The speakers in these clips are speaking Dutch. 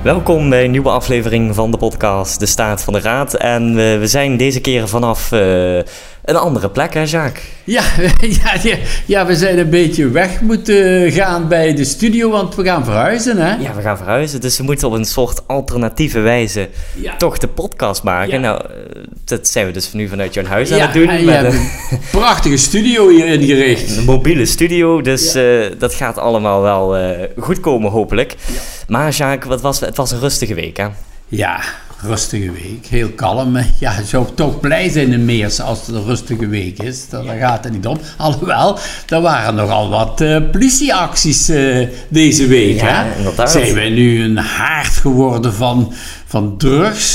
Welkom bij een nieuwe aflevering van de podcast De Staat van de Raad. En we zijn deze keer vanaf een andere plek, hè Jacques? Ja, we zijn een beetje weg moeten gaan bij de studio, want we gaan verhuizen, hè? Ja, we gaan verhuizen, dus we moeten op een soort alternatieve wijze toch de podcast maken. Ja. Nou, dat zijn we dus nu vanuit jouw huis aan het doen. Ja, met een prachtige studio hier ingericht. Een mobiele studio, dus dat gaat allemaal wel goed komen, hopelijk. Ja. Maar Jacques, het was een rustige week, hè? Ja, rustige week. Heel kalm. Ja, je zou toch blij zijn in Meers als het een rustige week is. Daar gaat het niet om. Alhoewel, er waren nogal wat politieacties deze week. Ja, hè? Inderdaad. Zijn wij nu een haard geworden van drugs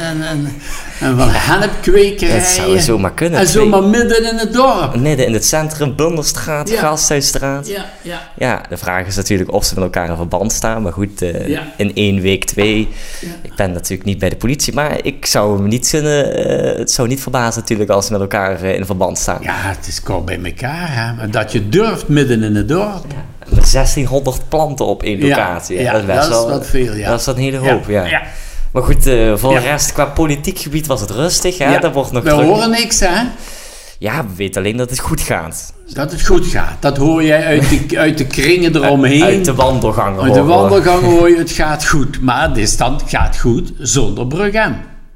en van hennepkwekerijen? Dat zou zomaar kunnen. En zomaar midden in het dorp. Midden in het centrum, Bunderstraat, Gasthuisstraat. Ja, de vraag is natuurlijk of ze met elkaar in verband staan. Maar goed, in 1 week 2. Ja. Ik ben natuurlijk niet bij de politie, maar ik zou het zou niet verbazen natuurlijk als ze met elkaar in verband staan. Ja, het is kort bij elkaar, hè. Maar dat je durft midden in het dorp. Ja. Met 1600 planten op 1 locatie. Ja, dat is wat veel, ja. Dat is een hele hoop, ja. Maar goed, voor de rest, qua politiek gebied was het rustig, hè. Ja. Daar wordt nog we horen niks, hè. Ja, we weten alleen dat het goed gaat. Dat het goed gaat. Dat hoor jij uit de kringen eromheen. Uit de wandelgangen. Uit de wandelgangen hoor je, het gaat goed. Maar dit stand gaat goed zonder Bruggem.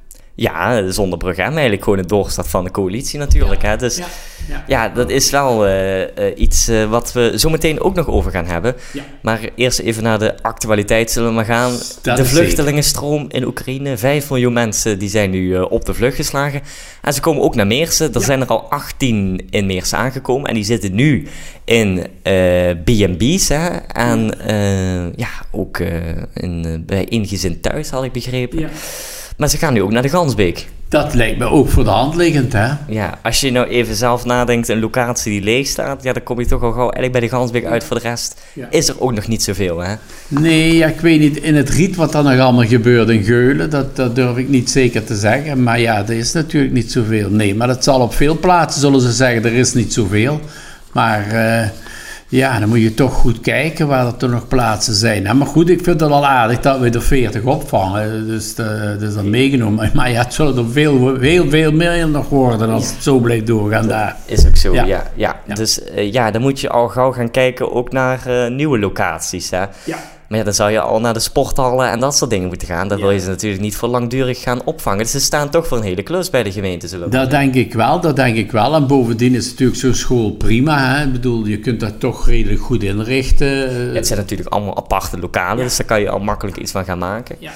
Ja, zonder Bruggem eigenlijk gewoon een doorstart van de coalitie natuurlijk. Hè? Dus dat is wel iets wat we zo meteen ook nog over gaan hebben. Ja. Maar eerst even naar de actualiteit zullen we maar gaan. De vluchtelingenstroom in Oekraïne. 5 miljoen mensen die zijn nu op de vlucht geslagen. En ze komen ook naar Meersen. Er zijn er al 18 in Meersen aangekomen. En die zitten nu in B&B's. Hè? En ook bij één gezin thuis had ik begrepen. Ja. Maar ze gaan nu ook naar de Gansbeek. Dat lijkt me ook voor de hand liggend, hè? Ja, als je nou even zelf nadenkt, een locatie die leeg staat, dan kom je toch al gauw eigenlijk bij de Gansbeek uit. Voor de rest is er ook nog niet zoveel, hè? Nee, ik weet niet in het riet wat er nog allemaal gebeurt in Geulen, dat durf ik niet zeker te zeggen. Maar ja, er is natuurlijk niet zoveel. Nee, maar dat zal op veel plaatsen, zullen ze zeggen, er is niet zoveel. Maar dan moet je toch goed kijken waar er toch nog plaatsen zijn. Maar goed, ik vind het wel aardig dat we er 40 opvangen. Dus dat is dan meegenomen. Maar ja, het zullen er veel meer nog worden als het zo blijft doorgaan daar. Is ook zo, ja. Dus dan moet je al gauw gaan kijken ook naar nieuwe locaties, hè. Ja. Maar ja, dan zou je al naar de sporthallen en dat soort dingen moeten gaan. Dan wil je ze natuurlijk niet voor langdurig gaan opvangen. Dus ze staan toch voor een hele klus bij de gemeente. Dat denk ik wel. En bovendien is natuurlijk zo'n school prima. Hè? Ik bedoel, je kunt dat toch redelijk goed inrichten. Ja, het zijn natuurlijk allemaal aparte lokalen, dus daar kan je al makkelijk iets van gaan maken. Ja.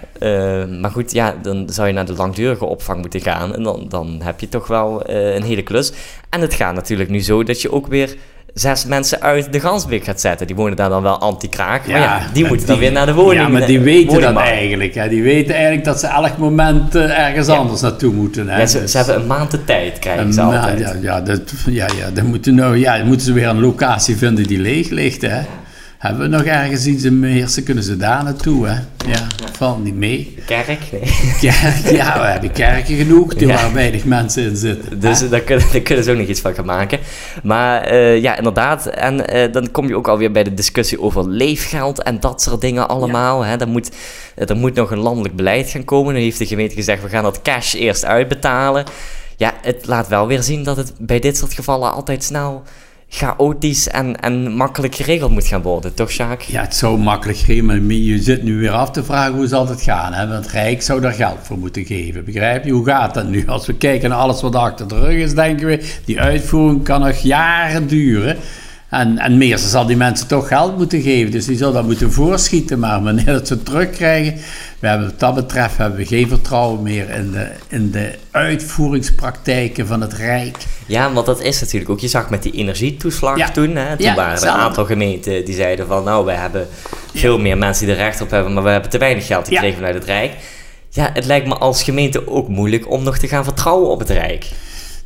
Maar goed, dan zou je naar de langdurige opvang moeten gaan. En dan heb je toch wel een hele klus. En het gaat natuurlijk nu zo dat je ook weer 6 mensen uit de Gansbeek gaat zetten. Die wonen daar dan wel anti-kraak. Maar die moeten dan weer naar de woning. Ja, maar die weten dat eigenlijk. Hè. Die weten eigenlijk dat ze elk moment ergens anders naartoe moeten. Hè. Ja, ze hebben een maand de tijd, krijgen ze altijd. Dan moeten ze weer een locatie vinden die leeg ligt, hè. Hebben we nog ergens iets in Meersen, kunnen ze daar naartoe, hè? Ja, valt niet mee. Kerk? Nee. We hebben kerken genoeg, waar weinig mensen in zitten. Dus daar kunnen ze ook nog iets van gaan maken. Maar inderdaad. En dan kom je ook alweer bij de discussie over leefgeld en dat soort dingen allemaal. Hè? Er moet nog een landelijk beleid gaan komen. Nu heeft de gemeente gezegd, we gaan dat cash eerst uitbetalen. Ja, het laat wel weer zien dat het bij dit soort gevallen altijd snel chaotisch en makkelijk geregeld moet gaan worden, toch Jacques? Ja, het zou makkelijk geregeld, maar je zit nu weer af te vragen hoe zal het gaan, hè? Want het Rijk zou daar geld voor moeten geven, begrijp je? Hoe gaat dat nu? Als we kijken naar alles wat achter de rug is, denken we, die uitvoering kan nog jaren duren. En Meersen zal die mensen toch geld moeten geven, dus die zal dat moeten voorschieten. Maar wanneer dat ze terugkrijgen, wat dat betreft hebben we geen vertrouwen meer in de uitvoeringspraktijken van het Rijk. Ja, want dat is natuurlijk ook, je zag met die energietoeslag toen, hè, toen waren er een aantal gemeenten die zeiden van, nou, wij hebben veel meer mensen die er recht op hebben, maar we hebben te weinig geld gekregen vanuit het Rijk. Ja, het lijkt me als gemeente ook moeilijk om nog te gaan vertrouwen op het Rijk.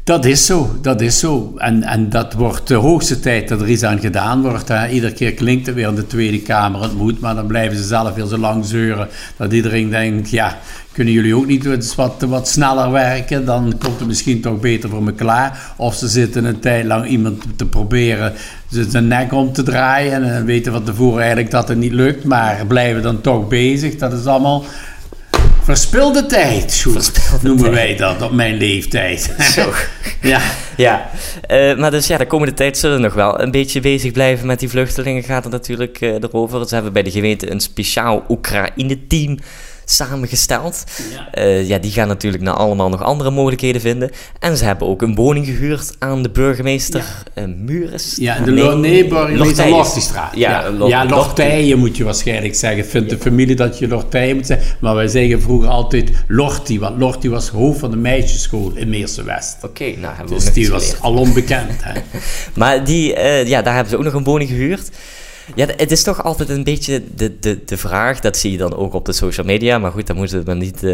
Dat is zo. En dat wordt de hoogste tijd dat er iets aan gedaan wordt. Hè. Iedere keer klinkt het weer in de Tweede Kamer, het moet, maar dan blijven ze zelf weer zo lang zeuren dat iedereen denkt, ja, kunnen jullie ook niet wat sneller werken? Dan komt het misschien toch beter voor me klaar. Of ze zitten een tijd lang iemand te proberen zijn nek om te draaien en weten van tevoren eigenlijk dat het niet lukt, maar blijven dan toch bezig. Dat is allemaal verspilde tijd, noemen wij dat op mijn leeftijd. Zo. Ja. Maar dus de komende tijd zullen we nog wel een beetje bezig blijven met die vluchtelingen. Gaat het natuurlijk erover. Ze hebben bij de gemeente een speciaal Oekraïne-team samengesteld. Die gaan natuurlijk allemaal nog andere mogelijkheden vinden. En ze hebben ook een woning gehuurd aan de burgemeester Mures. Ja, burgemeester Lortijstraat. Lortije moet je waarschijnlijk zeggen. Vindt de familie dat je Lortije moet zeggen. Maar wij zeggen vroeger altijd Lortie, want Lortie was hoofd van de meisjesschool in Meersen-West. Oké, nou hebben we dus ook die was al onbekend. Hè. Maar daar hebben ze ook nog een woning gehuurd. Ja, het is toch altijd een beetje de vraag, dat zie je dan ook op de social media, maar goed, daar moeten we niet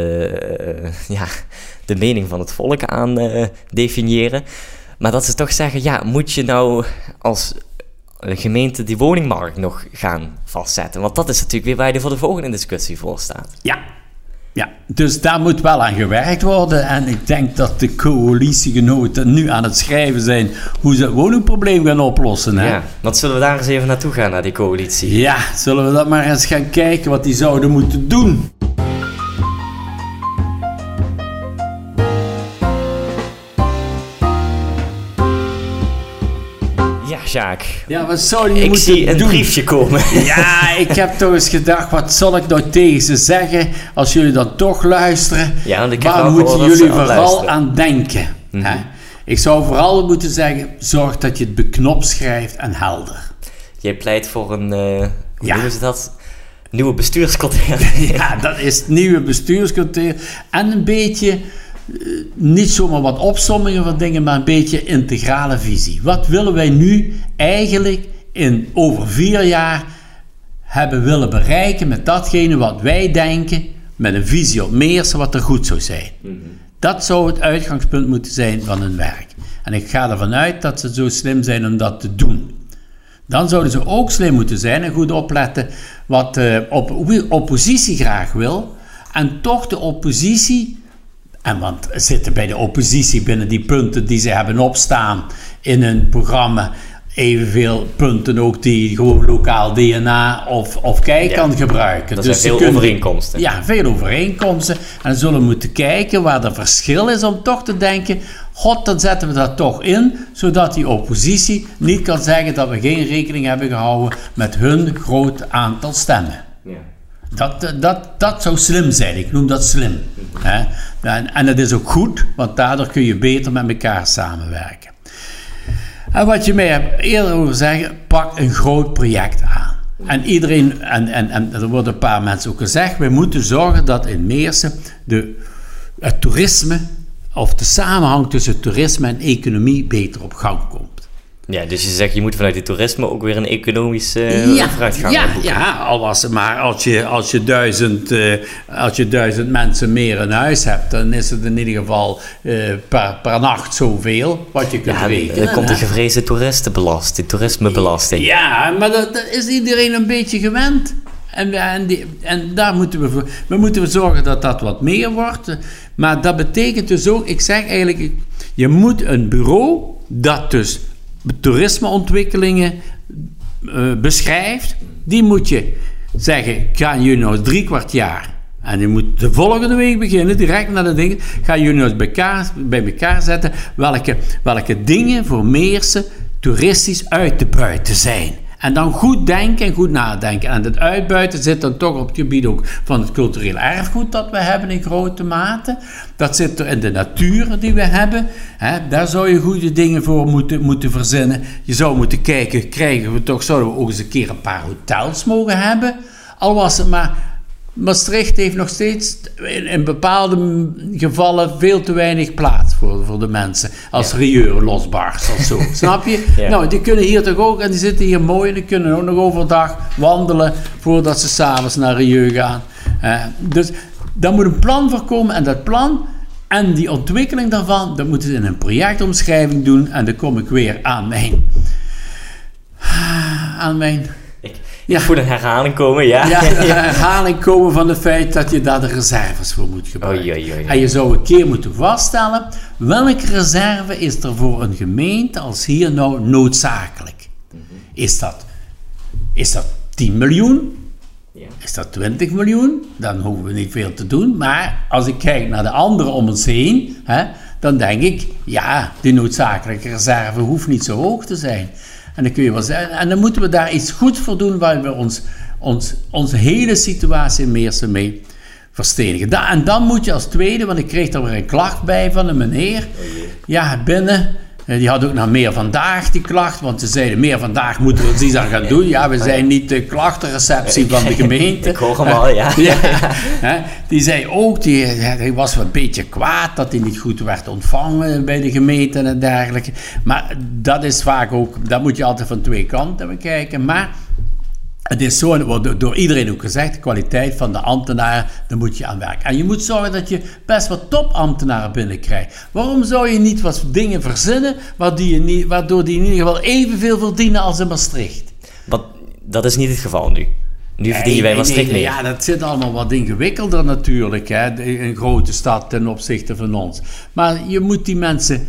de mening van het volk aan definiëren. Maar dat ze toch zeggen, moet je nou als gemeente die woningmarkt nog gaan vastzetten? Want dat is natuurlijk weer waar je voor de volgende discussie voor staat. Ja, dus daar moet wel aan gewerkt worden. En ik denk dat de coalitiegenoten nu aan het schrijven zijn hoe ze het woningprobleem gaan oplossen. Hè? Ja, wat zullen we daar eens even naartoe gaan, naar die coalitie? Ja, zullen we dat maar eens gaan kijken wat die zouden moeten doen. Ja, Sjaak. Ja, wat zou je moeten doen? Ik zie een doen? Briefje komen. Ja, ik heb toch eens gedacht, wat zal ik nou tegen ze zeggen als jullie dan toch luisteren? Ja, want ik heb waar moeten jullie vooral aan denken? Mm-hmm. Ik zou vooral moeten zeggen, zorg dat je het beknopt schrijft en helder. Jij pleit voor een, hoe noemen ze dat? Nieuwe bestuurscultuur. Ja, dat is het nieuwe bestuurscultuur. En een beetje, niet zomaar wat opsommingen van dingen, maar een beetje integrale visie. Wat willen wij nu eigenlijk over 4 jaar hebben willen bereiken met datgene wat wij denken, met een visie op Meersen, wat er goed zou zijn. Mm-hmm. Dat zou het uitgangspunt moeten zijn van hun werk. En ik ga ervan uit dat ze zo slim zijn om dat te doen. Dan zouden ze ook slim moeten zijn en goed opletten wat de oppositie graag wil. En toch de oppositie, en want zitten bij de oppositie binnen die punten die ze hebben opstaan in hun programma evenveel punten ook die gewoon lokaal DNA of kei kan gebruiken. Er zijn veel overeenkomsten. Ja, veel overeenkomsten. En ze zullen moeten kijken waar er verschil is om toch te denken, god, dan zetten we dat toch in, zodat die oppositie niet kan zeggen dat we geen rekening hebben gehouden met hun groot aantal stemmen. Ja. Dat zou slim zijn, ik noem dat slim. Mm-hmm. En dat is ook goed, want daardoor kun je beter met elkaar samenwerken. En wat je mij hebt eerder over zeggen, pak een groot project aan. En iedereen, en er worden een paar mensen ook gezegd, wij moeten zorgen dat in Meersen het toerisme, of de samenhang tussen toerisme en economie beter op gang komt. Ja, dus je zegt, je moet vanuit het toerisme ook weer een economische vooruitgang boeken. Ja, al was het maar als je 1000 mensen meer in huis hebt, dan is het in ieder geval per nacht zoveel wat je kunt rekenen. Dan komt de gevreesde toerismebelasting. Ja, maar dat is iedereen een beetje gewend. En daar moeten we moeten zorgen dat dat wat meer wordt. Maar dat betekent dus ook, ik zeg eigenlijk, je moet een bureau dat dus toerismeontwikkelingen beschrijft, die moet je zeggen, gaan jullie nou 3/4 jaar, en je moet de volgende week beginnen, direct naar de dingen, gaan jullie nou bij elkaar zetten welke dingen voor Meersen toeristisch uit te buiten zijn. En dan goed denken en goed nadenken. En het uitbuiten zit dan toch op het gebied ook van het cultureel erfgoed dat we hebben in grote mate. Dat zit er in de natuur die we hebben. Daar zou je goede dingen voor moeten verzinnen. Je zou moeten kijken, zouden we ook eens een keer een paar hotels mogen hebben. Al was het maar, Maastricht heeft nog steeds in bepaalde gevallen veel te weinig plaats voor de mensen. Als Rieux losbarst of zo. Snap je? Ja. Nou, die kunnen hier toch ook, en die zitten hier mooi, en die kunnen ook nog overdag wandelen voordat ze 's avonds naar Rieux gaan. Dus daar moet een plan voor komen, en dat plan En die ontwikkeling daarvan, dat moeten ze in een projectomschrijving doen. En dan kom ik weer aan mijn... Ik voel een herhaling komen, ja. Ja, een herhaling komen van het feit dat je daar de reserves voor moet gebruiken. Oei. En je zou een keer moeten vaststellen, welke reserve is er voor een gemeente als hier nou noodzakelijk? Is dat 10 miljoen? Ja. Is dat 20 miljoen? Dan hoeven we niet veel te doen. Maar als ik kijk naar de anderen om ons heen, dan denk ik, ja, die noodzakelijke reserve hoeft niet zo hoog te zijn. En dan kun je wel zeggen, en dan moeten we daar iets goed voor doen waar we onze hele situatie in Meersen mee verstenigen. En dan moet je als tweede, want ik kreeg er weer een klacht bij van een meneer. Ja, binnen. Die had ook naar Meer Vandaag die klacht, want ze zeiden Meer Vandaag moeten we er iets aan gaan doen. Ja, we zijn niet de klachtenreceptie van de gemeente. Ik hoor hem al, ja. Die zei ook, hij was wel een beetje kwaad dat hij niet goed werd ontvangen bij de gemeente en dergelijke. Maar dat is vaak ook, dat moet je altijd van twee kanten bekijken. Maar het is zo, wordt door iedereen ook gezegd, de kwaliteit van de ambtenaren, daar moet je aan werken. En je moet zorgen dat je best wat topambtenaren binnenkrijgt. Waarom zou je niet wat dingen verzinnen, waardoor die in ieder geval evenveel verdienen als in Maastricht? Want dat is niet het geval nu. Nu verdien je bij Maastricht meer. Ja, dat zit allemaal wat ingewikkelder natuurlijk, een grote stad ten opzichte van ons. Maar je moet die mensen,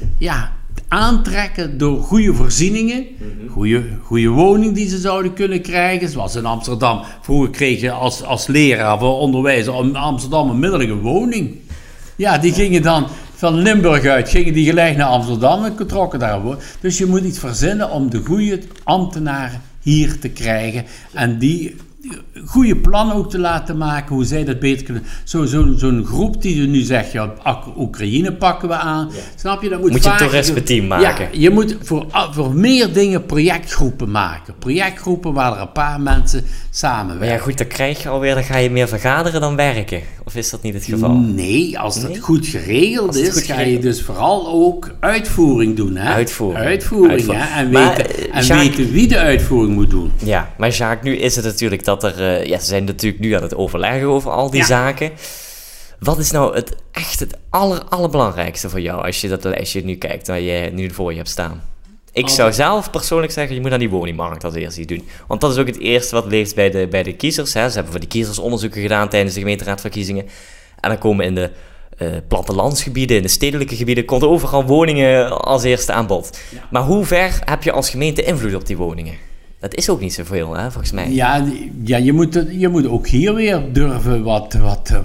aantrekken door goede voorzieningen, goede woning die ze zouden kunnen krijgen, zoals in Amsterdam. Vroeger kreeg je als leraar voor onderwijzer in Amsterdam een middellijke woning. Ja, die gingen dan van Limburg uit, gingen die gelijk naar Amsterdam en trokken daar wonen. Dus je moet iets verzinnen om de goede ambtenaren hier te krijgen en die goede plannen ook te laten maken, hoe zij dat beter kunnen. Zo'n groep die nu zegt, Oekraïne pakken we aan. Ja. Snap je? Dat moet je een toerisme-team maken. Ja, je moet voor meer dingen projectgroepen maken. Projectgroepen waar er een paar mensen samenwerken. Maar ja, goed, dan krijg je alweer, dan ga je meer vergaderen dan werken. Of is dat niet het geval? Nee, als dat goed geregeld is, ga je dus vooral ook uitvoering doen. Hè? Uitvoering. Hè? En weten wie de uitvoering moet doen. Ja, maar Jacques, nu is het natuurlijk dat er... ze zijn natuurlijk nu aan het overleggen over al die zaken. Wat is nou het allerbelangrijkste voor jou als je dat lijstje nu kijkt, waar je nu voor je hebt staan? Ik zou zelf persoonlijk zeggen, je moet aan die woningmarkt als eerste iets doen. Want dat is ook het eerste wat leeft bij de kiezers. Hè. Ze hebben voor die kiezers onderzoeken gedaan tijdens de gemeenteraadverkiezingen. En dan komen in de plattelandsgebieden, in de stedelijke gebieden, komt overal woningen als eerste aan bod. Ja. Maar hoe ver heb je als gemeente invloed op die woningen? Dat is ook niet zoveel, hè, volgens mij. Ja, je moet ook hier weer durven wat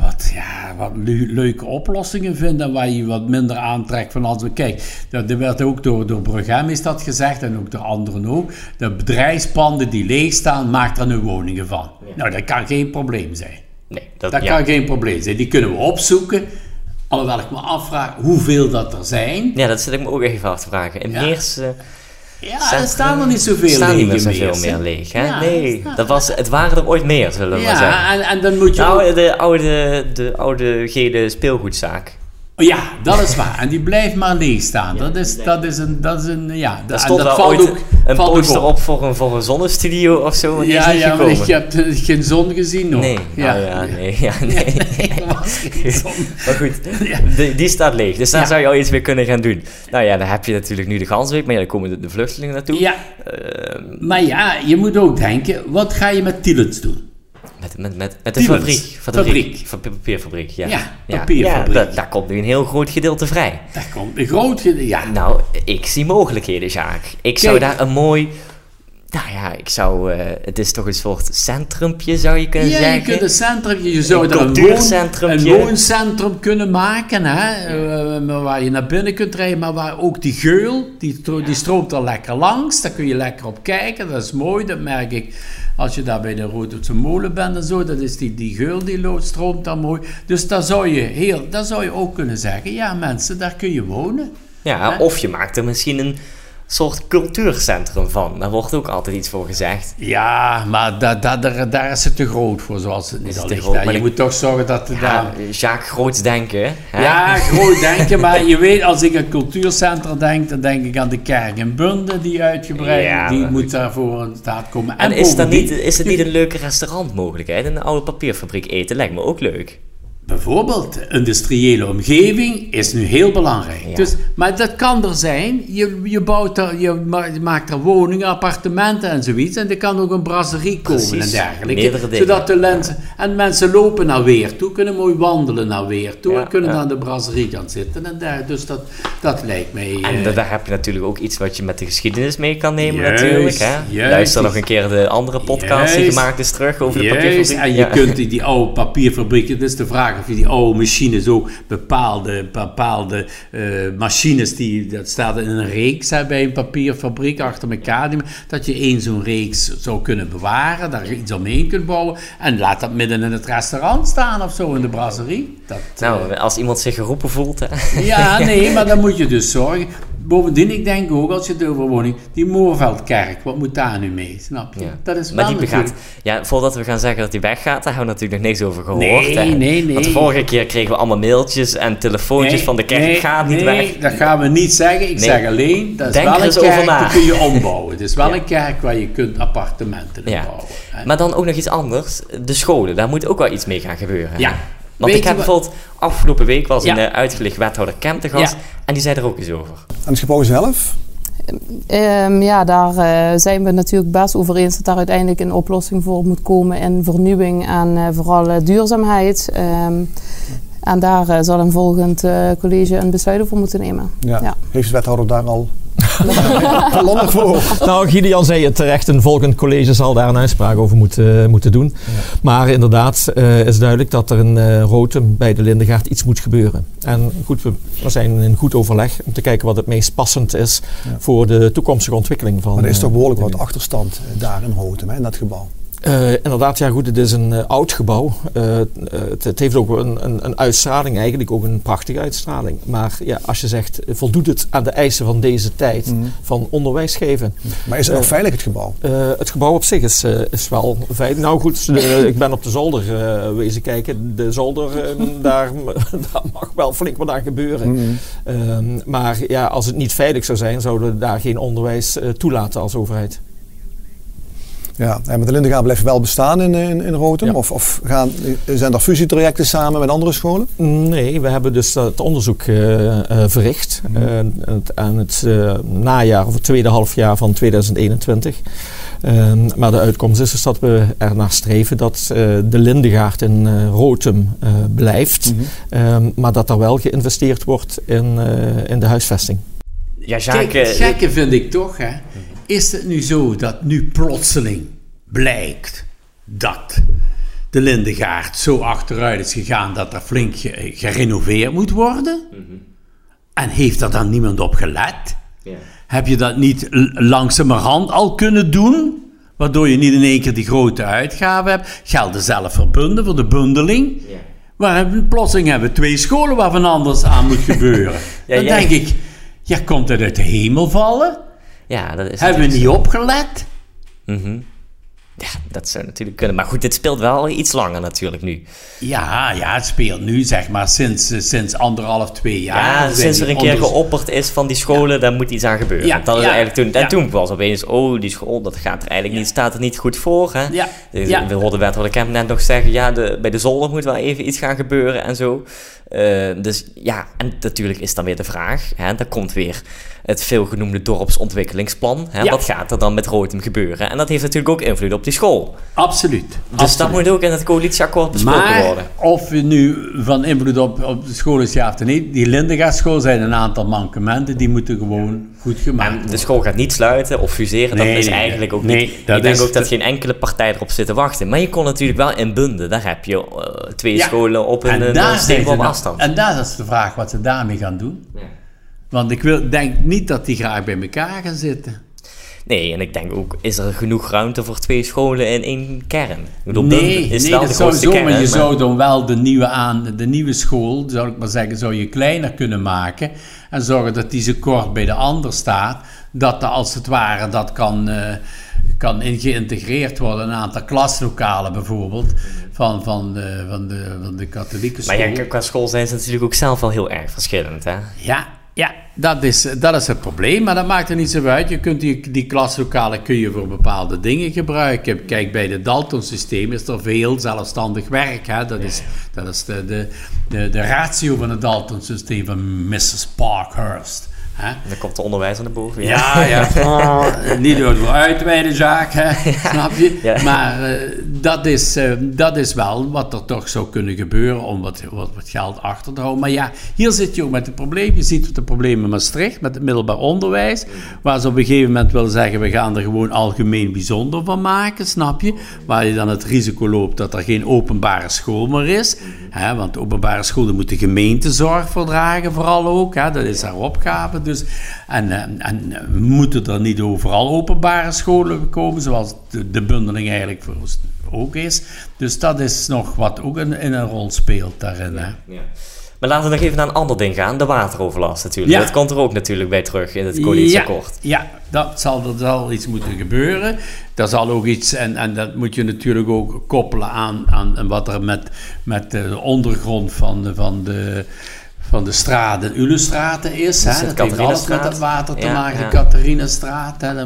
leuke oplossingen vinden waar je wat minder aantrekt van als we kijken. Er werd ook door Brughem is dat gezegd en ook door anderen ook. De bedrijfspanden die leeg staan, maak er nu woningen van. Ja. Nou, dat kan geen probleem zijn. Nee, dat kan geen probleem zijn. Die kunnen we opzoeken. Alhoewel ik me afvraag hoeveel dat er zijn. Ja, dat zit ik me ook even af te vragen. In Meersen... Ja, er staan er niet zoveel leeg. Er staan niet meer zoveel meer leeg, hè? Ja, nee, het waren er ooit meer, zullen we maar zeggen. Ja, en dan moet je... Nou, de oude gele speelgoedzaak. Ja, dat is waar. En die blijft maar leeg staan. Ja, dat is een daar stond wel ooit ook een poster op voor een zonnestudio of zo. Maar maar je hebt geen zon gezien nog. Nee, nee. Er was geen zon. Maar goed, die staat leeg. Dus daar zou je al iets mee kunnen gaan doen. Nou ja, dan heb je natuurlijk nu de Gansweek, maar daar komen de vluchtelingen naartoe. Ja, maar je moet ook denken, wat ga je met Tielens doen? Met de fabriek. Papierfabriek, ja. Ja, papierfabriek. Ja, daar komt nu een heel groot gedeelte vrij. Daar komt een groot gedeelte, ja. Nou, ik zie mogelijkheden, Jacques. Ik zou daar een mooi... Nou ja, het is toch een soort centrumpje, zou je kunnen zeggen. Ja, je kunt een centrumpje, je zou er een wooncentrum kunnen maken, hè, waar je naar binnen kunt rijden, maar waar ook die geul, die stroomt er lekker langs, daar kun je lekker op kijken, dat is mooi, dat merk ik als je daar bij de Roodhoutse Molen bent en zo, dat is die geul die stroomt daar mooi. Dus daar zou je ook kunnen zeggen, ja mensen, daar kun je wonen. Ja, hè? Of je maakt er misschien een soort cultuurcentrum van. Daar wordt ook altijd iets voor gezegd. Ja, maar daar is het te groot voor, zoals het niet al ligt. Je moet toch zorgen dat... Jacques, groots denken. Hè? Ja, groot denken, maar je weet, als ik aan cultuurcentrum denk, dan denk ik aan de kerk in Bunde, die uitgebreid, die moet daarvoor in staat komen. En is het niet een leuke restaurantmogelijkheid? In een oude papierfabriek eten lijkt me ook leuk. bijvoorbeeld de industriële omgeving is nu heel belangrijk. Ja. Dus, maar dat kan er zijn. Je maakt er woningen, appartementen en zoiets. En er kan ook een brasserie komen. Precies. En dergelijke. Zodat de mensen lopen naar Weer toe, kunnen mooi wandelen naar Weer toe. En kunnen aan de brasserie gaan zitten. En dus dat lijkt mij... En daar heb je natuurlijk ook iets wat je met de geschiedenis mee kan nemen natuurlijk. Hè? Luister nog een keer de andere podcast die gemaakt is terug over de papierfabriek. En je kunt die oude papierfabrieken, het is de vraag of je die oude machines ook bepaalde machines dat staat in een reeks bij een papierfabriek achter elkaar, dat je één zo'n reeks zou kunnen bewaren, daar iets omheen kunt bouwen en laat dat midden in het restaurant staan of zo in de brasserie. Als iemand zich geroepen voelt. Hè? Ja, nee, maar dan moet je dus zorgen. Bovendien, ik denk ook, als je het over woning, die Moorveldkerk, wat moet daar nu mee, snap je? Ja. Dat is maar wel die begaat. Ja, voordat we gaan zeggen dat die weggaat, daar hebben we natuurlijk nog niks over gehoord. Nee. Want de vorige keer kregen we allemaal mailtjes en telefoontjes van de kerk gaat niet weg. Nee, dat gaan we niet zeggen. Ik zeg alleen, dat is wel een kerk, die kun je ombouwen. Het is wel een kerk waar je kunt appartementen in bouwen. Maar dan ook nog iets anders, de scholen, daar moet ook wel iets mee gaan gebeuren. Ja. Want ik heb bijvoorbeeld afgelopen week was een uitgelicht wethouder Kemp te gast en die zei er ook eens over. En het gebouw zelf? Daar zijn we natuurlijk best over eens dat daar uiteindelijk een oplossing voor moet komen in vernieuwing en vooral duurzaamheid. En daar zal een volgend college een besluit over moeten nemen. Ja. Heeft de wethouder daar al plannen voor? Nou, Gideon zei het terecht, een volgend college zal daar een uitspraak over moeten doen. Ja. Maar inderdaad is duidelijk dat er in Rotem bij de Lindengaard iets moet gebeuren. En goed, we zijn in goed overleg om te kijken wat het meest passend is voor de toekomstige ontwikkeling van. Maar er is toch behoorlijk wat achterstand daar in Rotem, in dat gebouw? Inderdaad, ja goed, het is een oud gebouw. Het heeft ook een uitstraling, eigenlijk ook een prachtige uitstraling. Maar ja, als je zegt, voldoet het aan de eisen van deze tijd van onderwijs geven. Maar is het nog veilig, het gebouw? Het gebouw op zich is wel veilig. Nou goed, ik ben op de zolder wezen kijken. De zolder, daar mag wel flink wat aan gebeuren. Maar ja, als het niet veilig zou zijn, zouden we daar geen onderwijs toelaten als overheid. Ja, maar de Lindengaard blijft wel bestaan in Rotem? Ja. Of zijn er fusietrajecten samen met andere scholen? Nee, we hebben dus het onderzoek verricht aan het najaar of het tweede halfjaar van 2021. Maar de uitkomst is dus dat we ernaar streven dat de Lindengaard in Rotem blijft. Maar dat er wel geïnvesteerd wordt in de huisvesting. Ja, Kijk, het gekke vind ik toch, hè. Is het nu zo dat nu plotseling blijkt dat de Lindengaard zo achteruit is gegaan dat er flink gerenoveerd moet worden? En heeft er dan niemand op gelet? Yeah. Heb je dat niet langzamerhand al kunnen doen? Waardoor je niet in één keer die grote uitgaven hebt. Gelden zelf verbunden voor de bundeling. Yeah. Maar plotseling hebben we 2 scholen waarvan anders aan moet gebeuren. Dan denk ik, komt het uit de hemel vallen? Ja, dat is hebben we niet opgelet? Ja, dat zou natuurlijk kunnen. Maar goed, dit speelt wel iets langer natuurlijk nu. Ja, het speelt nu zeg maar sinds 1,5, 2 jaar. Ja, sinds er een keer geopperd is van die scholen, daar moet iets aan gebeuren. Ja, dat is eigenlijk toen. En toen was opeens, die school, dat gaat er eigenlijk niet, staat er niet goed voor. Hè? Ja. We hoorden wethouder Kemp net nog zeggen, bij de zolder moet wel even iets gaan gebeuren en zo. Dus ja, en natuurlijk is dan weer de vraag, daar komt weer het veelgenoemde dorpsontwikkelingsplan. Wat gaat er dan met Rotem gebeuren? En dat heeft natuurlijk ook invloed op die school. Absoluut. Dus dat moet ook in het coalitieakkoord besproken worden. Of je nu van invloed op de school is ja of niet, die Lindengaardschool zijn een aantal mankementen, die moeten gewoon goed gemaakt worden. De school gaat niet sluiten of fuseren, dat is eigenlijk ook niet. Ik denk ook dat geen enkele partij erop zit te wachten. Maar je kon natuurlijk wel inbunden. Daar heb je 2 scholen op een steenworp afstand. En daar is de vraag wat ze daarmee gaan doen. Ja. Want ik denk niet dat die graag bij elkaar gaan zitten. Nee, en ik denk ook, is er genoeg ruimte voor 2 scholen in 1 kern? Dat zou zo, maar je zou dan wel de nieuwe school, zou ik maar zeggen, zou je kleiner kunnen maken en zorgen dat die zo kort bij de ander staat, dat als het ware dat kan geïntegreerd worden, een aantal klaslokalen bijvoorbeeld, van de katholieke school. Maar qua school zijn ze natuurlijk ook zelf wel heel erg verschillend, hè? Ja, dat is het probleem, maar dat maakt er niet zo uit. Je kunt die klaslokalen kun je voor bepaalde dingen gebruiken. Kijk, bij het Dalton-systeem is er veel zelfstandig werk. Hè? Dat is de ratio van het Dalton-systeem van Mrs. Parkhurst. Hè? Dan komt de onderwijzer naar boven. Ja. Niet door het uitweiden zaak, hè? Snap je? Ja. Maar dat is wel wat er toch zou kunnen gebeuren om wat geld achter te houden. Maar ja, hier zit je ook met het probleem. Je ziet het probleem in Maastricht met het middelbaar onderwijs, waar ze op een gegeven moment willen zeggen, we gaan er gewoon algemeen bijzonder van maken, snap je? Waar je dan het risico loopt dat er geen openbare school meer is. Hè? Want openbare scholen moet de gemeente zorg voor dragen, vooral ook. Hè? Dat is haar opgave. Dus, en moeten er niet overal openbare scholen komen, zoals de bundeling eigenlijk voor ons ook is. Dus dat is nog wat ook in een rol speelt daarin. Hè. Ja. Maar laten we nog even naar een ander ding gaan, de wateroverlast natuurlijk. Ja. Dat komt er ook natuurlijk bij terug in het coalitieakkoord. Ja, er zal iets moeten gebeuren. Er zal ook iets, en dat moet je natuurlijk ook koppelen aan wat er met de ondergrond van de straat, de Ulestraten is. Hè? Dat heeft alles met dat water te maken. De Catharinastraat, hè?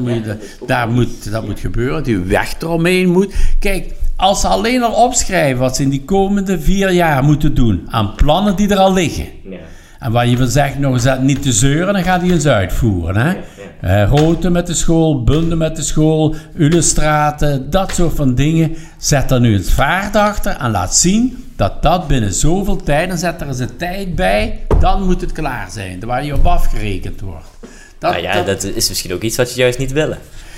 Dat moet gebeuren. Die weg eromheen moet. Kijk, als ze alleen al opschrijven wat ze in die komende 4 jaar moeten doen aan plannen die er al liggen. Ja. En waar je van zegt, nog eens niet te zeuren, dan gaat hij eens uitvoeren. Hè? Roten met de school, Bunde met de school, Ulestraten, dat soort van dingen. Zet er nu het vaart achter en laat zien dat binnen zoveel tijd, dan zet er eens een tijd bij, dan moet het klaar zijn, waar je op afgerekend wordt. Dat is misschien ook iets wat je juist niet willen.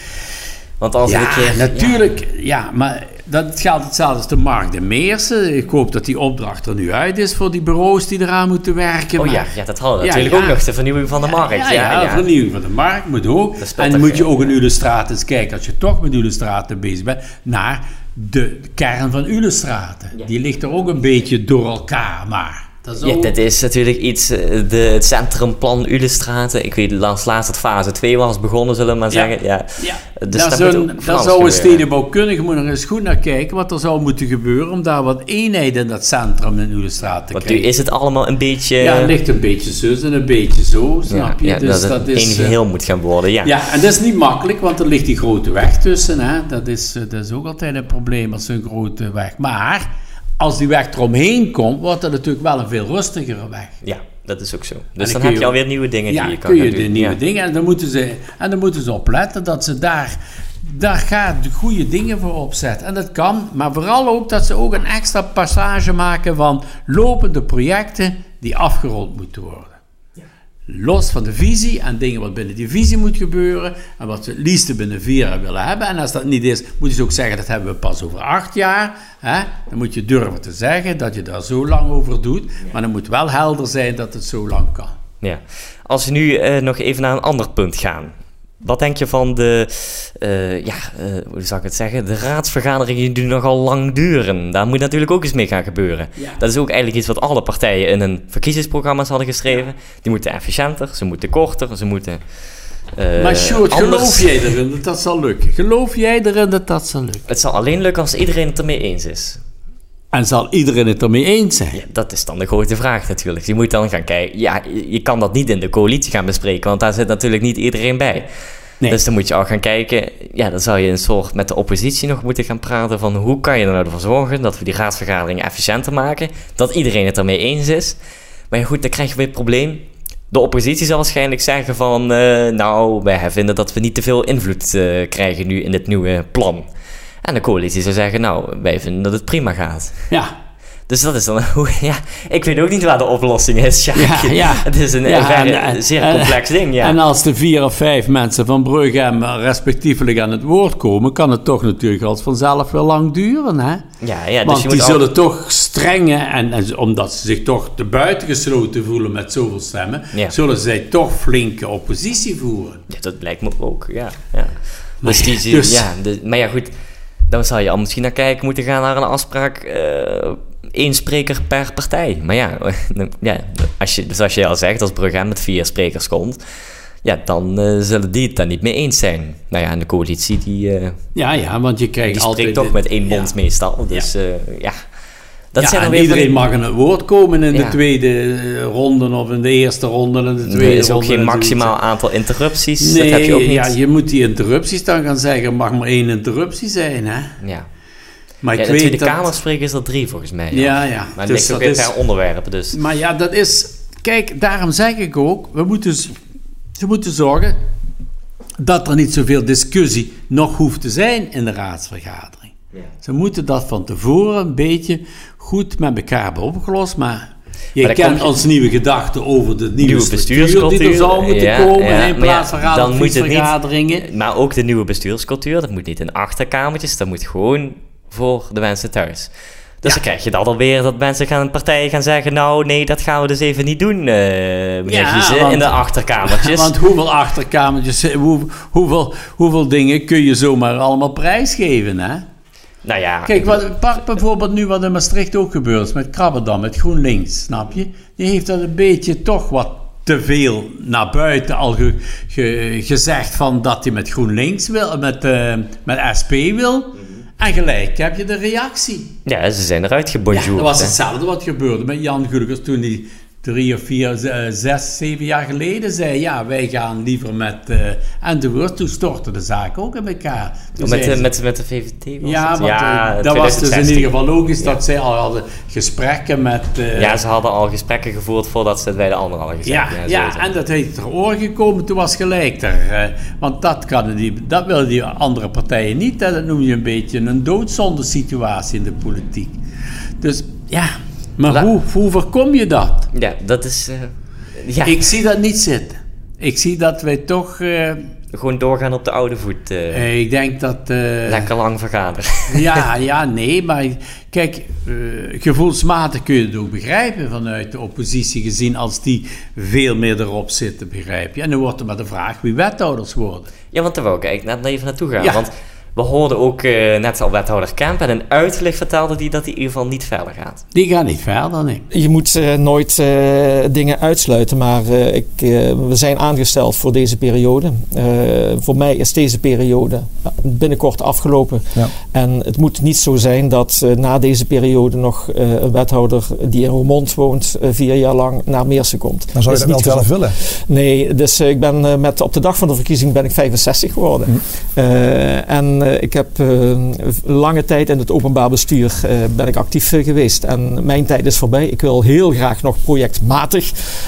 Want als natuurlijk, maar dat geldt hetzelfde als de Mark de Meersen. Ik hoop dat die opdracht er nu uit is voor die bureaus die eraan moeten werken. Oh ja, dat hadden we natuurlijk ook nog, de vernieuwing van de markt. De vernieuwing van de markt moet ook. En moet je ook in Ulestraten eens kijken, als je toch met Ulestraten bezig bent, naar de kern van Ulestraten. Ja. Die ligt er ook een beetje door elkaar, maar... Dat is natuurlijk iets, het centrumplan Ulestraten. Ik weet laatst dat fase 2 was begonnen, zullen we maar zeggen. Dus daar zou een stedenbouwkundige moet nog eens goed naar kijken wat er zou moeten gebeuren om daar wat eenheid in dat centrum in Ulestraat te krijgen. Want nu is het allemaal een beetje... Ja, het ligt een beetje zus en een beetje zo, snap je? Dus dat het één geheel moet gaan worden, Ja, en dat is niet makkelijk, want er ligt die grote weg tussen. Hè? Dat is ook altijd een probleem als een grote weg. Maar... als die weg eromheen komt, wordt dat natuurlijk wel een veel rustigere weg. Ja, dat is ook zo. Dus dan heb je alweer nieuwe dingen die je kan doen. Ja, kun je de nieuwe dingen. En dan moeten ze opletten dat ze daar gaat de goede dingen voor opzetten. En dat kan, maar vooral ook dat ze ook een extra passage maken van lopende projecten die afgerond moeten worden. Los van de visie en dingen wat binnen die visie moet gebeuren en wat ze het liefst binnen 4 jaar willen hebben. En als dat niet is, moeten ze ook zeggen dat hebben we pas over 8 jaar. Hè? Dan moet je durven te zeggen dat je daar zo lang over doet. Maar dan moet wel helder zijn dat het zo lang kan. Ja. Als we nu nog even naar een ander punt gaan. Wat denk je van de, hoe zou ik het zeggen, de raadsvergaderingen die nogal lang duren? Daar moet natuurlijk ook eens mee gaan gebeuren. Ja. Dat is ook eigenlijk iets wat alle partijen in hun verkiezingsprogramma's hadden geschreven. Ja. Die moeten efficiënter, ze moeten korter, ze moeten maar Sjoerd, geloof jij erin dat dat zal lukken? Geloof jij erin dat dat zal lukken? Het zal alleen lukken als iedereen het ermee eens is. En zal iedereen het ermee eens zijn? Ja, dat is dan de grote vraag natuurlijk. Je moet dan gaan kijken. Ja, je kan dat niet in de coalitie gaan bespreken, want daar zit natuurlijk niet iedereen bij. Nee. Dus dan moet je al gaan kijken. Ja, dan zou je een soort met de oppositie nog moeten gaan praten van hoe kan je er nou voor zorgen dat we die raadsvergaderingen efficiënter maken, dat iedereen het ermee eens is. Maar ja, goed, dan krijg je weer het probleem. De oppositie zal waarschijnlijk zeggen van, wij vinden dat we niet te veel invloed krijgen nu in dit nieuwe plan. En de coalitie zou zeggen, wij vinden dat het prima gaat. Ja. Dus dat is dan... ik weet ook niet waar de oplossing is. Het is een zeer complex ding. Ja. En als de 4 of 5 mensen van Breughem respectievelijk aan het woord komen, kan het toch natuurlijk als vanzelf wel lang duren. Hè? Dus want die zullen toch strengen, en omdat ze zich toch te buiten gesloten voelen met zoveel stemmen, zullen zij toch flinke oppositie voeren. Ja, dat lijkt me ook, ja. Maar ja, goed... Dan zou je al misschien naar kijken moeten gaan naar een afspraak 1 spreker per partij. Maar zoals je al zegt, als Breughem met 4 sprekers komt, dan zullen die het daar niet mee eens zijn. En de coalitie die... want je krijgt die altijd... spreekt toch met 1 mond meestal. Dus Dat zijn en iedereen mag aan het woord komen in de tweede ronde of in de eerste ronde en de tweede ronde. Er is ook geen maximaal aantal interrupties. Nee, dat heb je ook niet. Ja, je moet die interrupties dan gaan zeggen. Er mag maar 1 interruptie zijn, hè? Ja. Maar in de Tweede Kamer spreken is er 3 volgens mij. Ja. Maar het ligt ook in per onderwerp. Dus. Maar ja, dat is... Kijk, daarom zeg ik ook, ze moeten zorgen dat er niet zoveel discussie nog hoeft te zijn in de raadsvergadering. Ja. Ze moeten dat van tevoren een beetje goed met elkaar hebben opgelost, maar je kent ons nieuwe gedachten over de nieuwe bestuurscultuur die er zou moeten komen in plaats van raadsvergaderingen. Maar ook de nieuwe bestuurscultuur, dat moet niet in achterkamertjes, dat moet gewoon voor de mensen thuis. Dus dan krijg je dat alweer, dat partijen gaan zeggen, nou nee, dat gaan we dus even niet doen, meneer Giese, in de achterkamertjes. Want hoeveel achterkamertjes, hoeveel dingen kun je zomaar allemaal prijsgeven, hè? Nou ja... Kijk, pak bijvoorbeeld nu wat in Maastricht ook gebeurt is met Krabberdam, met GroenLinks, snap je? Die heeft dat een beetje toch wat te veel naar buiten al gezegd van dat hij met GroenLinks wil, met SP wil. En gelijk heb je de reactie. Ja, ze zijn eruit gebonjourd. Ja, dat was hetzelfde wat gebeurde met Jan Gullikers toen hij 3 of 4, 6, 7 jaar geleden zei... ja, wij gaan liever met... en toen stortte de zaak ook in elkaar. Met de VVD was het? Dat was dus in ieder geval logisch dat zij al hadden gesprekken met... ze hadden al gesprekken gevoerd voordat ze het bij de anderen hadden gezegd. En dat heeft ter oor gekomen, toen was gelijk er. Want dat willen die andere partijen niet. Dat noem je een beetje een doodzonde situatie in de politiek. Dus ja... Maar hoe voorkom je dat? Ja, dat is... Ik zie dat niet zitten. Ik zie dat wij toch... gewoon doorgaan op de oude voet. Ik denk dat... lekker lang vergaderen. Nee, maar kijk, gevoelsmatig kun je het ook begrijpen vanuit de oppositie gezien als die veel meer erop zitten, begrijp je. En dan wordt er maar de vraag wie wethouders worden. Ja, want daar wil ik eigenlijk net even naartoe gaan. Ja. Want we hoorden ook net al wethouder Kemp en in uitleg vertelde hij dat hij in ieder geval niet verder gaat. Die gaat niet verder, nee. Je moet nooit dingen uitsluiten, maar we zijn aangesteld voor deze periode. Voor mij is deze periode binnenkort afgelopen. Ja. En het moet niet zo zijn dat na deze periode nog een wethouder die in Roermond woont 4 jaar lang naar Meersen komt. Dan zou je dat wel zelf willen? Nee, dus ik ben op de dag van de verkiezing ben ik 65 geworden. En ik heb lange tijd in het openbaar bestuur ben ik actief geweest. En mijn tijd is voorbij. Ik wil heel graag nog projectmatig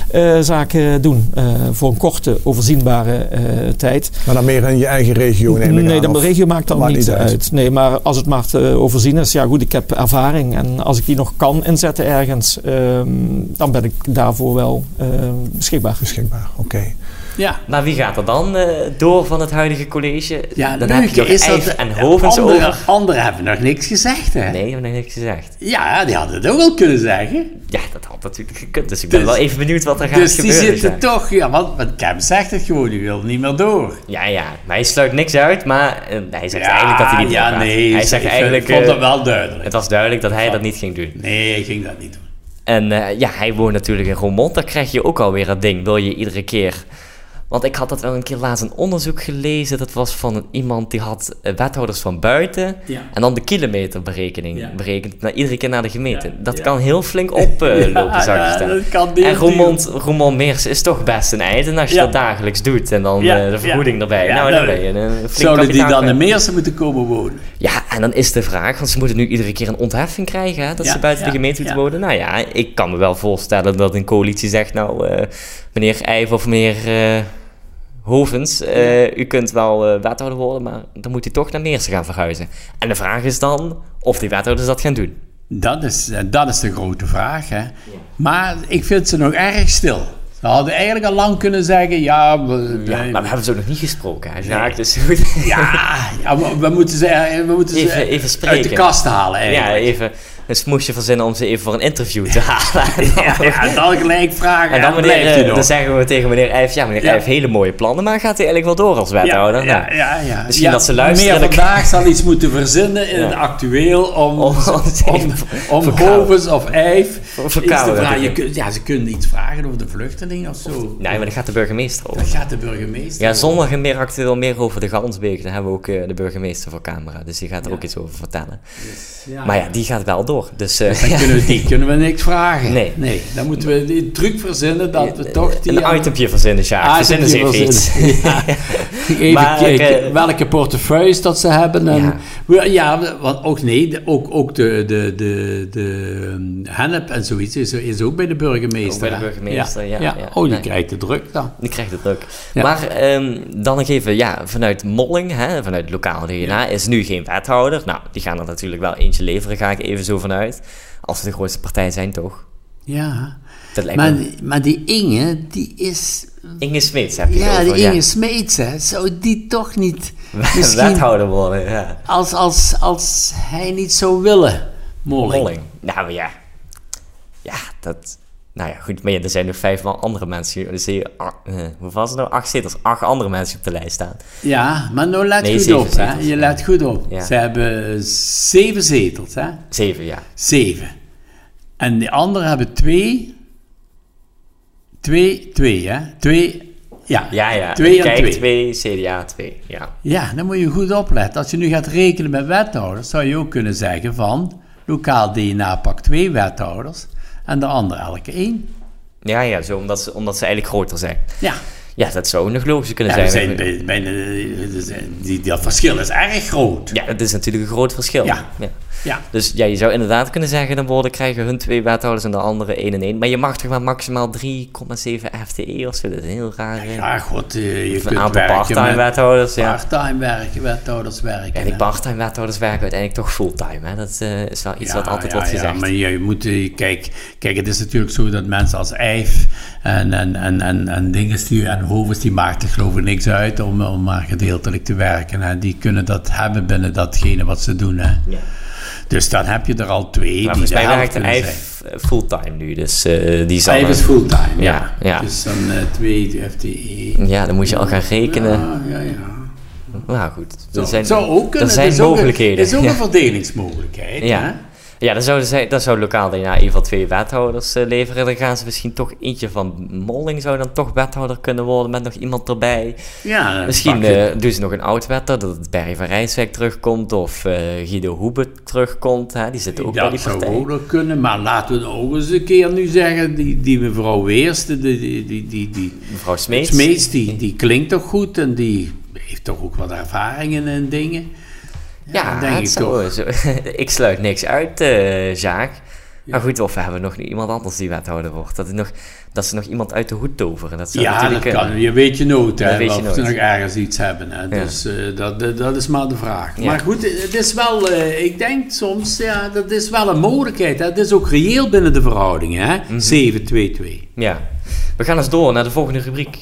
zaken doen. Voor een korte, overzienbare tijd. Maar dan meer in je eigen regio neem ik aan? Nee, de regio maakt dan niet uit. Nee, maar als het maar te overzien is, ja goed, ik heb ervaring. En als ik die nog kan inzetten ergens, dan ben ik daarvoor wel beschikbaar. Beschikbaar, oké. Ja. Maar wie gaat er dan door van het huidige college? Ja, dan heb je nog Eijf en Hovens over. Anderen hebben nog niks gezegd, hè? Nee, hebben nog niks gezegd. Ja, die hadden het ook wel kunnen zeggen. Ja, dat had natuurlijk gekund. Dus ik ben wel even benieuwd wat er gaat gebeuren. Dus die zitten toch... Ja, want Kemp zegt het gewoon, die wil niet meer door. Ja, maar hij sluit niks uit, maar hij zegt eigenlijk dat hij niet doorgaat. Nee, hij zegt eigenlijk... Ik vond dat wel duidelijk. Het was duidelijk dat hij dat niet ging doen. Nee, hij ging dat niet doen. En hij woont natuurlijk in Roermond. Daar krijg je ook alweer het ding. Wil je iedere keer... Want ik had dat wel een keer laatst een onderzoek gelezen. Dat was van iemand die had wethouders van buiten. Ja. En dan de kilometerberekening berekend. Iedere keer naar de gemeente. Dat kan heel flink oplopen, zou ik stellen. En Roermond-Meersen is toch best een eind. En als je dat dagelijks doet en dan de vergoeding erbij. Dan ben je een flink Zouden die dan in Meersen moeten komen wonen? Ja, en dan is de vraag. Want ze moeten nu iedere keer een ontheffing krijgen. Hè, dat ze buiten de gemeente moeten wonen. Nou ja, ik kan me wel voorstellen dat een coalitie zegt... meneer Eijf of meneer... Hovens, u kunt wel wethouder worden, maar dan moet u toch naar Meersen gaan verhuizen. En de vraag is dan of die wethouders dat gaan doen. Dat is de grote vraag, hè. Ja. Maar ik vind ze nog erg stil. Ze hadden eigenlijk al lang kunnen zeggen, maar we hebben ze ook nog niet gesproken, hè, Jacques, dus goed. We moeten ze even spreken. Uit de kast halen, eigenlijk. Ja, even een smoesje verzinnen om ze even voor een interview te halen. En dan gelijk vragen. En dan zeggen we tegen meneer Eijf, meneer Eijf, hele mooie plannen, maar gaat hij eigenlijk wel door als wethouder? Misschien dat ze luisteren. Meer vandaag zal iets moeten verzinnen in het actueel om Hovens of Eijf iets te vragen. Ze kunnen iets vragen over de vluchtelingen of zo. Nee, maar dat gaat de burgemeester over. Ja, zondag meer actueel meer over de Gansbeek. Dan hebben we ook de burgemeester voor camera, dus die gaat er ook iets over vertellen. Maar die gaat wel door. door. Dus dan kunnen we niks vragen. Nee. Dan moeten we die truc verzinnen dat we toch een itempje verzinnen, Sjaak. Verzinnen ze even iets. Even kijken welke portefeuilles dat ze hebben. En, want ook de hennep en zoiets is ook bij de burgemeester. Ook bij de burgemeester, ja. Die krijgt de druk dan. Die krijgt de druk. Ja. Maar dan nog even, vanuit Molling, vanuit lokaal DNA, is nu geen wethouder. Nou, die gaan er natuurlijk wel eentje leveren, ga ik even zo vanuit. Als we de grootste partij zijn, toch? Ja. Maar die Inge, die is... Inge Smeets heb je over. Die Inge Smeets, hè. Zou die toch niet wethouder worden, ja. Als hij niet zou willen, Molling. Nou ja. Ja, dat... Nou ja, goed, maar er zijn nog 5 andere mensen. Dus hoe was het nou? 8 zetels, 8 andere mensen op de lijst staan. Ja, maar nou let goed op, hè. Je let goed op. Ja. Ze hebben 7 zetels, hè. 7, ja. 7. En de anderen hebben 2, hè. 2, ja. 2 en 2. 2, CDA 2, ja. Ja, dan moet je goed opletten. Als je nu gaat rekenen met wethouders, zou je ook kunnen zeggen van... Lokaal DNA pakt 2 wethouders... En de andere elke 1. Ja, zo omdat ze eigenlijk groter zijn. Ja. Ja, dat zou nog logisch kunnen zijn. Dat verschil is erg groot. Ja, dat is natuurlijk een groot verschil. Ja. Dus je zou inderdaad kunnen zeggen... dan krijgen hun 2 wethouders en de andere 1 en 1. Maar je mag toch maar maximaal 3,7 FTE of zo. Dat is heel raar. Ja, goed. Je kunt een aantal part-time wethouders. Part-time wethouders werken. En die part-time wethouders werken uiteindelijk toch fulltime. Hè? Dat is wel iets wat altijd wordt gezegd. Ja, maar je moet... Kijk, het is natuurlijk zo dat mensen als IJf en dingen en Hovens, die maakt er geloof ik niks uit om maar gedeeltelijk te werken. Hè. Die kunnen dat hebben binnen datgene wat ze doen. Hè. Ja. Dus dan heb je er al 2. Maar volgens mij werkt IJf fulltime nu. Dus die zal... IJf is fulltime, ja. Dus dan 2 FTE. Ja, dan moet je al gaan rekenen. Ja. Nou goed. Zou ook kunnen. Er zijn mogelijkheden. Er is ook een verdelingsmogelijkheid. Ja. Hè? Ja, dan zou lokaal DNA in ieder geval 2 wethouders leveren. Dan gaan ze misschien toch eentje van Molling zou dan toch wethouder kunnen worden met nog iemand erbij. Ja, misschien doen ze nog een oud-wethouder, dat Barry van Rijswijk terugkomt of Guido Hoebe terugkomt. Hè? Die zitten ook bij die partij. Dat zou ook nog kunnen, maar laten we ook eens een keer nu zeggen, die mevrouw Weers, die mevrouw Smeets, die klinkt toch goed en die heeft toch ook wat ervaringen en dingen. Ja, denk ik toch. Ik sluit niks uit, Sjaak. Maar goed, of we hebben nog iemand anders die wethouder wordt. Dat ze nog iemand uit de hoed toveren. Dat kan. Je weet je nooit, hè. Of ze nog ergens iets hebben. Hè. Ja. Dus dat is maar de vraag. Ja. Maar goed, het is wel... ik denk soms, dat is wel een mogelijkheid. Hè. Het is ook reëel binnen de verhoudingen, hè. 7-2-2. Ja. We gaan eens door naar de volgende rubriek.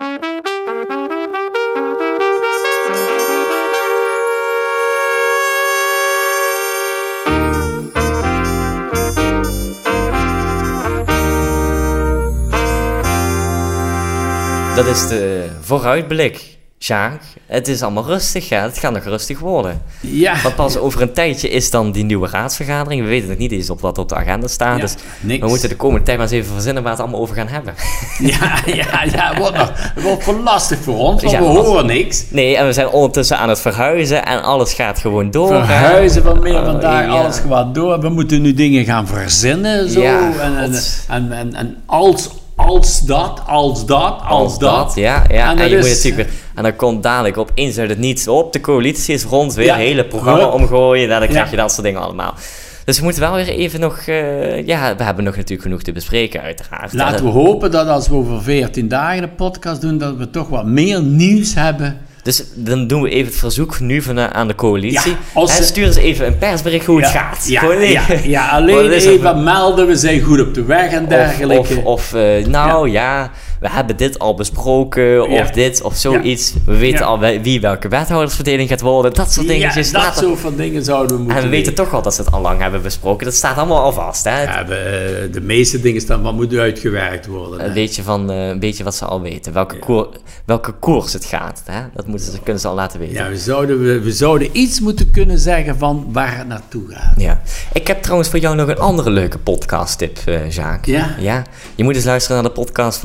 Dat is de vooruitblik, Sjaak. Het is allemaal rustig, ja. Het gaat nog rustig worden. Ja. Want pas over een tijdje is dan die nieuwe raadsvergadering. We weten nog niet eens wat op de agenda staat. Ja, dus niks. We moeten de komende tijd maar eens even verzinnen waar we het allemaal over gaan hebben. Het wordt voor lastig voor ons, want we horen niks. Nee, en we zijn ondertussen aan het verhuizen en alles gaat gewoon door. Verhuizen van meer vandaag, alles gaat door. We moeten nu dingen gaan verzinnen, zo. Ja, en als dat. Ja. En je moet natuurlijk en dan komt dadelijk opeens uit het niets op. De coalitie is rond, weer het hele programma omgooien. Dan krijg je dat soort dingen allemaal. Dus we moeten wel weer even nog... we hebben nog natuurlijk genoeg te bespreken, uiteraard. Laten we hopen dat als we over 14 dagen de podcast doen, dat we toch wat meer nieuws hebben. Dus dan doen we even het verzoek nu aan de coalitie. Stuur eens even een persbericht hoe het gaat. Alleen even melden, we zijn goed op de weg en dergelijke. We hebben dit al besproken, of dit, of zoiets. We weten al wie welke wethoudersverdeling gaat worden. Dat soort dingetjes. Dat soort van dingen zouden we moeten En we weten toch al dat ze het al lang hebben besproken. Dat staat allemaal al vast. Hè? Ja, de meeste dingen staan wat moet uitgewerkt worden. Een beetje wat ze al weten. Welke koers het gaat. Hè? Dat kunnen ze al laten weten. Ja, we zouden iets moeten kunnen zeggen van waar het naartoe gaat. Ja. Ik heb trouwens voor jou nog een andere leuke podcast-tip, Sjaak. Ja? Je moet eens luisteren naar de podcast van de Vrienden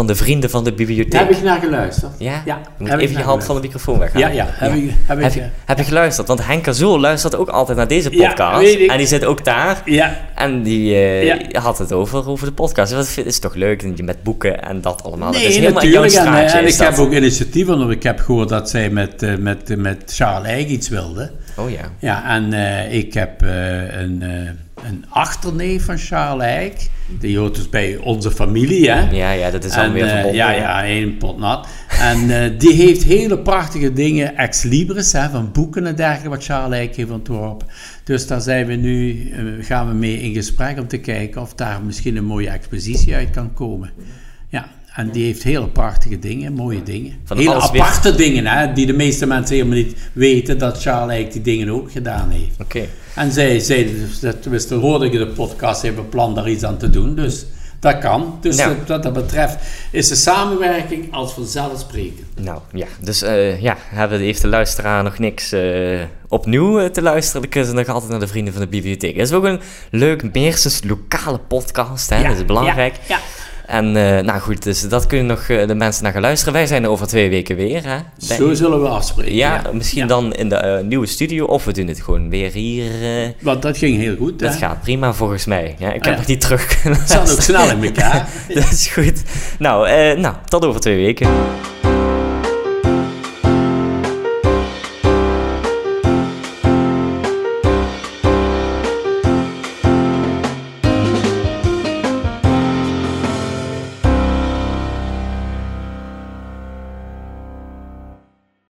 vrienden van de bibliotheek. Daar heb ik naar geluisterd. Ja? Ja, Je moet even je hand van de microfoon weghalen. Ja, heb je geluisterd? Want Henk Cazul luistert ook altijd naar deze podcast. Ja, weet ik. En die zit ook daar. Ja. En die had het over de podcast. Dat is toch leuk, met boeken en dat allemaal. Nee, dat is helemaal natuurlijk. jouw straatje, En ik is dat. heb ook initiatieven, want ik heb gehoord dat zij met Charles Eyck iets wilden. Oh ja. Ja, en ik heb een achterneef van Charles Eyck. Die hoort dus bij onze familie, hè. Ja, dat is alweer verbonden. Ja, één pot nat. En die heeft hele prachtige dingen, ex libris, hè, van boeken en dergelijke, wat Charles Eyck heeft ontworpen. Dus daar zijn we nu, gaan we mee in gesprek om te kijken of daar misschien een mooie expositie uit kan komen. Ja. En die heeft hele prachtige dingen, mooie dingen. Hele aparte dingen, hè, die de meeste mensen helemaal niet weten dat Charles Eyck die dingen ook gedaan heeft. Oké. En zij tenminste hoorde ik in de podcast, hebben plan daar iets aan te doen. Dus dat kan. Dus wat dat betreft is de samenwerking als vanzelfsprekend. Nou ja, dus heeft de luisteraar nog niks opnieuw te luisteren. Dan kunnen ze nog altijd naar de Vrienden van de Bibliotheek. Dat is ook een leuk, meestens lokale podcast, hè? Dat is belangrijk. Ja. En nou goed, dus dat kunnen nog de mensen naar gaan luisteren. Wij zijn er over 2 weken weer. Hè? Zo zullen we afspreken. Ja, misschien dan in de nieuwe studio. Of we doen het gewoon weer hier. Want dat ging heel goed. Dat gaat prima volgens mij. Ja, ik heb nog niet terug kunnen. Het zat ook snel in elkaar. Dat is goed. Nou, tot over 2 weken.